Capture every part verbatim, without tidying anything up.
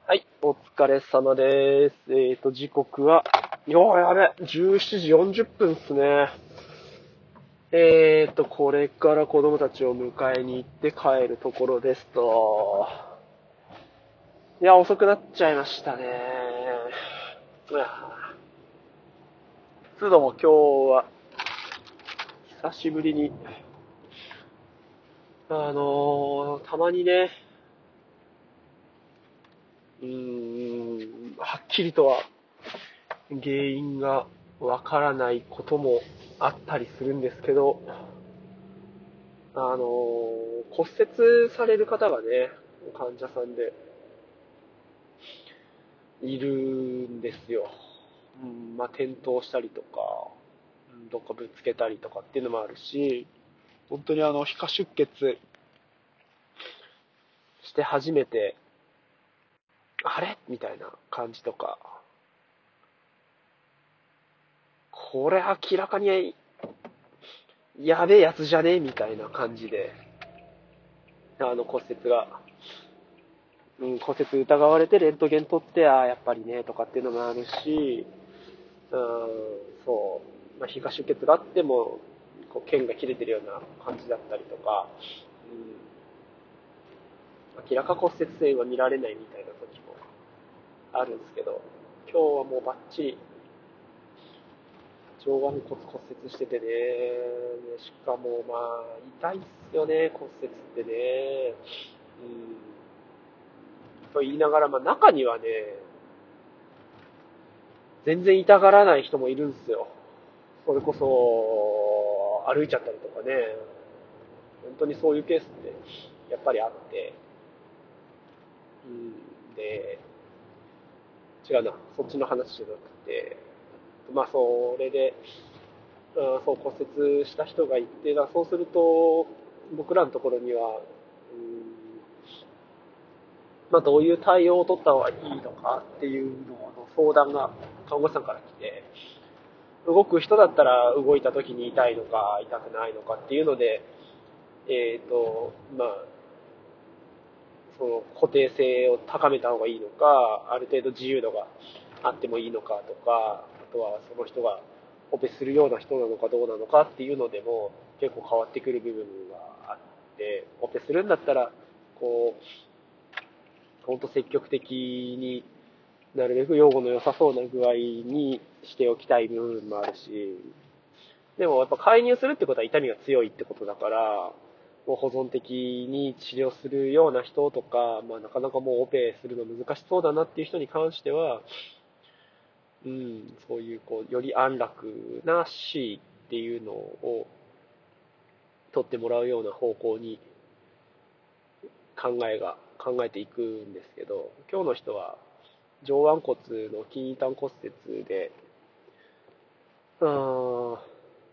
はい、お疲れ様です。えーと、時刻は、よーやべ、じゅうしちじよんじゅっぷんっすね。えーと、これから子供たちを迎えに行って帰るところですと。いや、遅くなっちゃいましたね。いや湿度も今日は、久しぶりに、あのー、たまにね、うーん、はっきりとは原因がわからないこともあったりするんですけど、あのー骨折される方がね、患者さんでいるんですよ。うん、まあ、転倒したりとか、うんどっかぶつけたりとかっていうのもあるし、本当にあの、皮下出血して初めて、あれみたいな感じとか、これ明らかにやべえやつじゃねみたいな感じで、あの骨折が、うん、骨折疑われてレントゲン取って、ああ、やっぱりね、とかっていうのもあるし、うん、そう、まあ、皮下出血があっても、こう、腱が切れてるような感じだったりとか、うん、明らか骨折性は見られないみたいな時もあるんですけど、今日はもうバッチリ上腕骨骨折しててね、しかもまあ、痛いっすよね、骨折ってね。うん、と言いながら、まあ中にはね、全然痛がらない人もいるんですよ。それこそ、歩いちゃったりとかね、本当にそういうケースってやっぱりあって、うん、で、違うな、そっちの話じゃなくて、まあそれで、あそう骨折した人がいて、だそうすると、僕らのところには、うんまあ、どういう対応を取った方がいいのかっていうのの相談が看護師さんから来て、動く人だったら動いた時に痛いのか痛くないのかっていうので、えっ、ー、と、まあ、その固定性を高めた方がいいのか、ある程度自由度があってもいいのかとか、あとはその人がオペするような人なのかどうなのかっていうのでも結構変わってくる部分があって、オペするんだったら、こう、本当積極的になるべく用語の良さそうな具合にしておきたい部分もあるし、でもやっぱ介入するってことは痛みが強いってことだから、もう保存的に治療するような人とか、まあなかなかもうオペするの難しそうだなっていう人に関しては、うん、そういうこう、より安楽な C っていうのを取ってもらうような方向に考えが、考えていくんですけど、今日の人は上腕骨の筋板骨折で、うーん、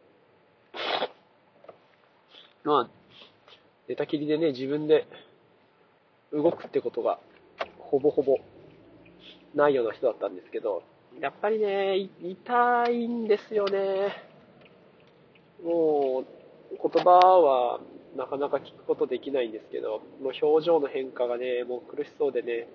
まあ、寝たきりでね、自分で動くってことがほぼほぼないような人だったんですけど、やっぱりね、痛いんですよね。もう、言葉はなかなか聞くことできないんですけど、もう表情の変化がね、もう苦しそうでね、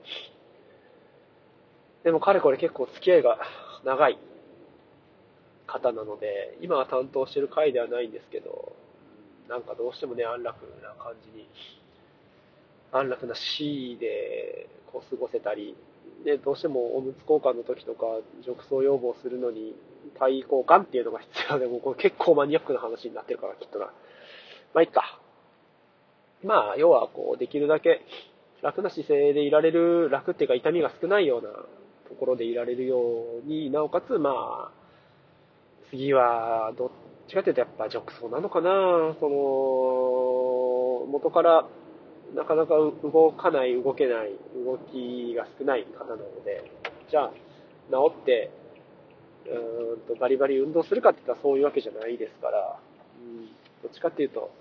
でもかれこれ結構付き合いが長い方なので、今は担当してる回ではないんですけど、なんかどうしてもね、安楽な感じに、安楽な C でこう過ごせたり、で、どうしてもおむつ交換の時とか、褥瘡要望するのに、体位交換っていうのが必要で、もうこれ結構マニアックな話になってるから、きっとな。まあ、いっか。まあ、要は、こう、できるだけ楽な姿勢でいられる、楽っていうか痛みが少ないようなところでいられるように、なおかつ、まあ、次は、どっちかというとやっぱ褥瘡なのかな。その、元からなかなか動かない、動けない、動きが少ない方なので、じゃあ、治って、うーんとバリバリ運動するかって言ったらそういうわけじゃないですから、うん、どっちかっていうと、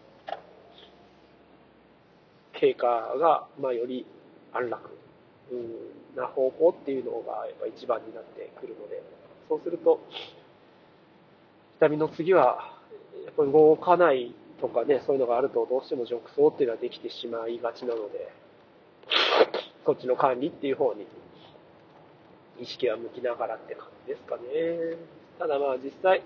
経過が、まあ、より安楽、うん、な方向っていうのがやっぱ一番になってくるので、そうすると、痛みの次は、やっぱり動かないとかね、そういうのがあるとどうしても褥瘡っていうのはできてしまいがちなので、そっちの管理っていう方に。 意識は向きながらって感じですかね。ただまあ実際、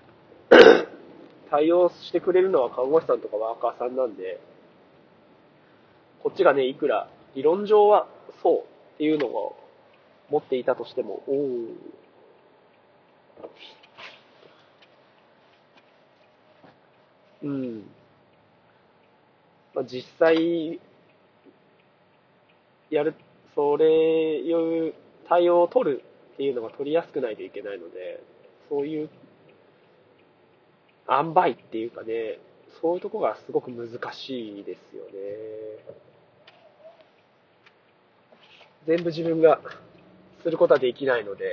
対応してくれるのは看護師さんとかワーカーさんなんで、こっちがね、いくら理論上はそうっていうのを持っていたとしても、おー、うん。まあ、実際、やる、それいう対応を取るっていうのが取りやすくないといけないので、そういう塩梅っていうかね、そういうとこがすごく難しいですよね。全部自分がすることはできないので、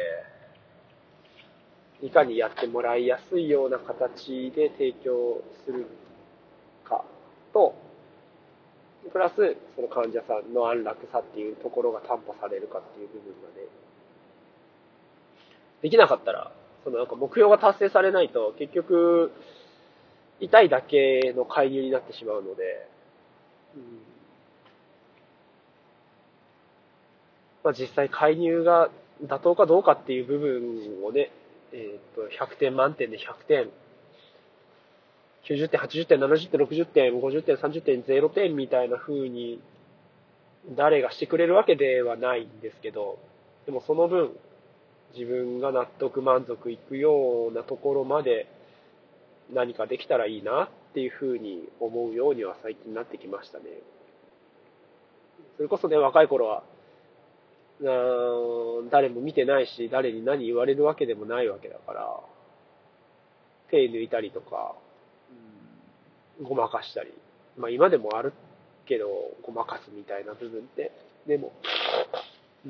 いかにやってもらいやすいような形で提供するかと、プラスその患者さんの安楽さっていうところが担保されるかっていう部分がね、できなかったら、そのなんか目標が達成されないと結局痛いだけの介入になってしまうので、うん、まあ、実際介入が妥当かどうかっていう部分をね、えー、とひゃくてん満点でひゃくてん、きゅうじゅってん、はちじゅってん、ななじゅってん、ろくじゅってん、ごじゅってん、さんじゅってん、ゼロてんみたいな風に誰がしてくれるわけではないんですけど、でもその分自分が納得満足いくようなところまで何かできたらいいなっていう風に思うようには最近なってきましたね。それこそね、若い頃は、誰も見てないし、誰に何言われるわけでもないわけだから、手抜いたりとか、うん、ごまかしたり。まあ今でもあるけど、ごまかすみたいな部分って。でも、うん、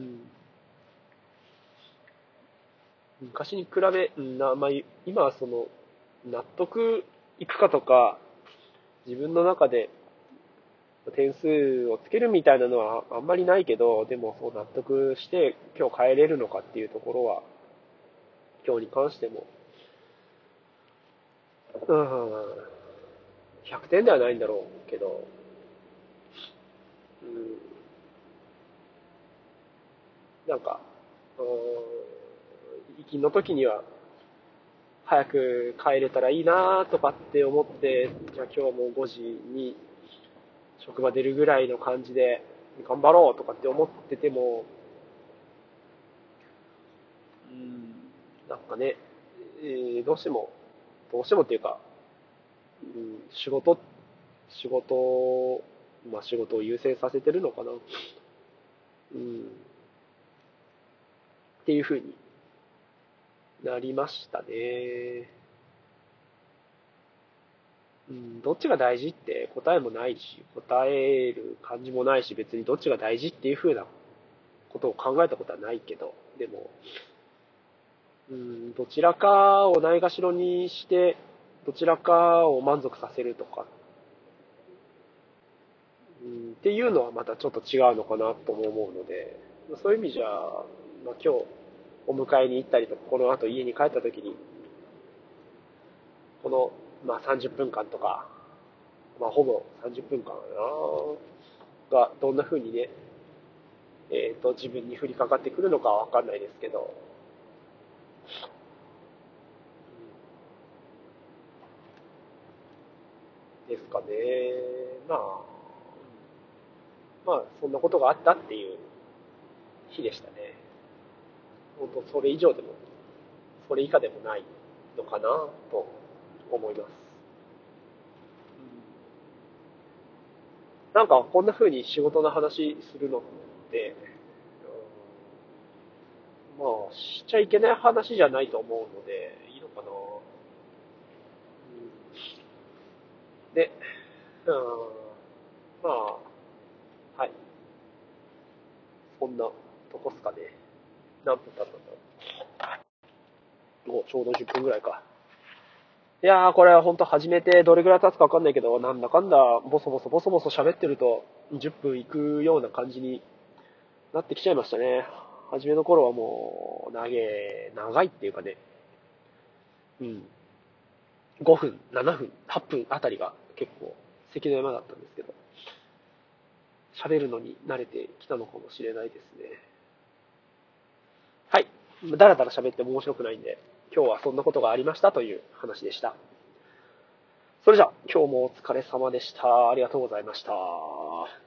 昔に比べ、うんなまあ、今はその、納得いくかとか、自分の中で点数をつけるみたいなのはあんまりないけど、でもそう納得して今日帰れるのかっていうところは、今日に関しても、うん、ひゃくてんではないんだろうけど、うん、なんか、うん、行きの時には早く帰れたらいいなとかって思って、じゃあ今日はもうごじに職場出るぐらいの感じで頑張ろうとかって思ってても、うん、なんかね、えーどうしても、どうしてもっていうか、うん、仕事、仕事、まあ仕事を優先させてるのかな。うん、っていう風になりましたね。うん、どっちが大事って答えもないし、答える感じもないし、別にどっちが大事っていう風なことを考えたことはないけど、でも、うん、どちらかをないがしろにして、どちらかを満足させるとか、うん、っていうのはまたちょっと違うのかなとも思うので、そういう意味じゃ、まあ、今日お迎えに行ったりとか、この後家に帰った時に、この、まあ、さんじゅっぷんかんとか、まあ、ほぼさんじゅっぷんかんかな、がどんな風にね、えっ、と、自分に降りかかってくるのかはわかんないですけど、ですかね。まあ、まあ、そんなことがあったっていう日でしたね。本当それ以上でも、それ以下でもないのかなと思います。なんかこんな風に仕事の話するのって、まあ、しちゃいけない話じゃないと思うので、いいのかな。で、うん、まあ、はい。そんなとこっすかね。何分経ったんだろう。もうちょうどじゅっぷんぐらいか。いやー、これは本当始めてどれぐらい経つかわかんないけど、なんだかんだ、ボソボソボソボソ喋ってると、じゅっぷんいくような感じになってきちゃいましたね。初めの頃はもう、長え、長いっていうかね、うん、ごふん、ななふん、はっぷんあたりが結構関の山だったんですけど、喋るのに慣れてきたのかもしれないですね。 はい。だらだら喋っても面白くないんで、今日はそんなことがありましたという話でした。それじゃあ、今日もお疲れ様でした。ありがとうございました。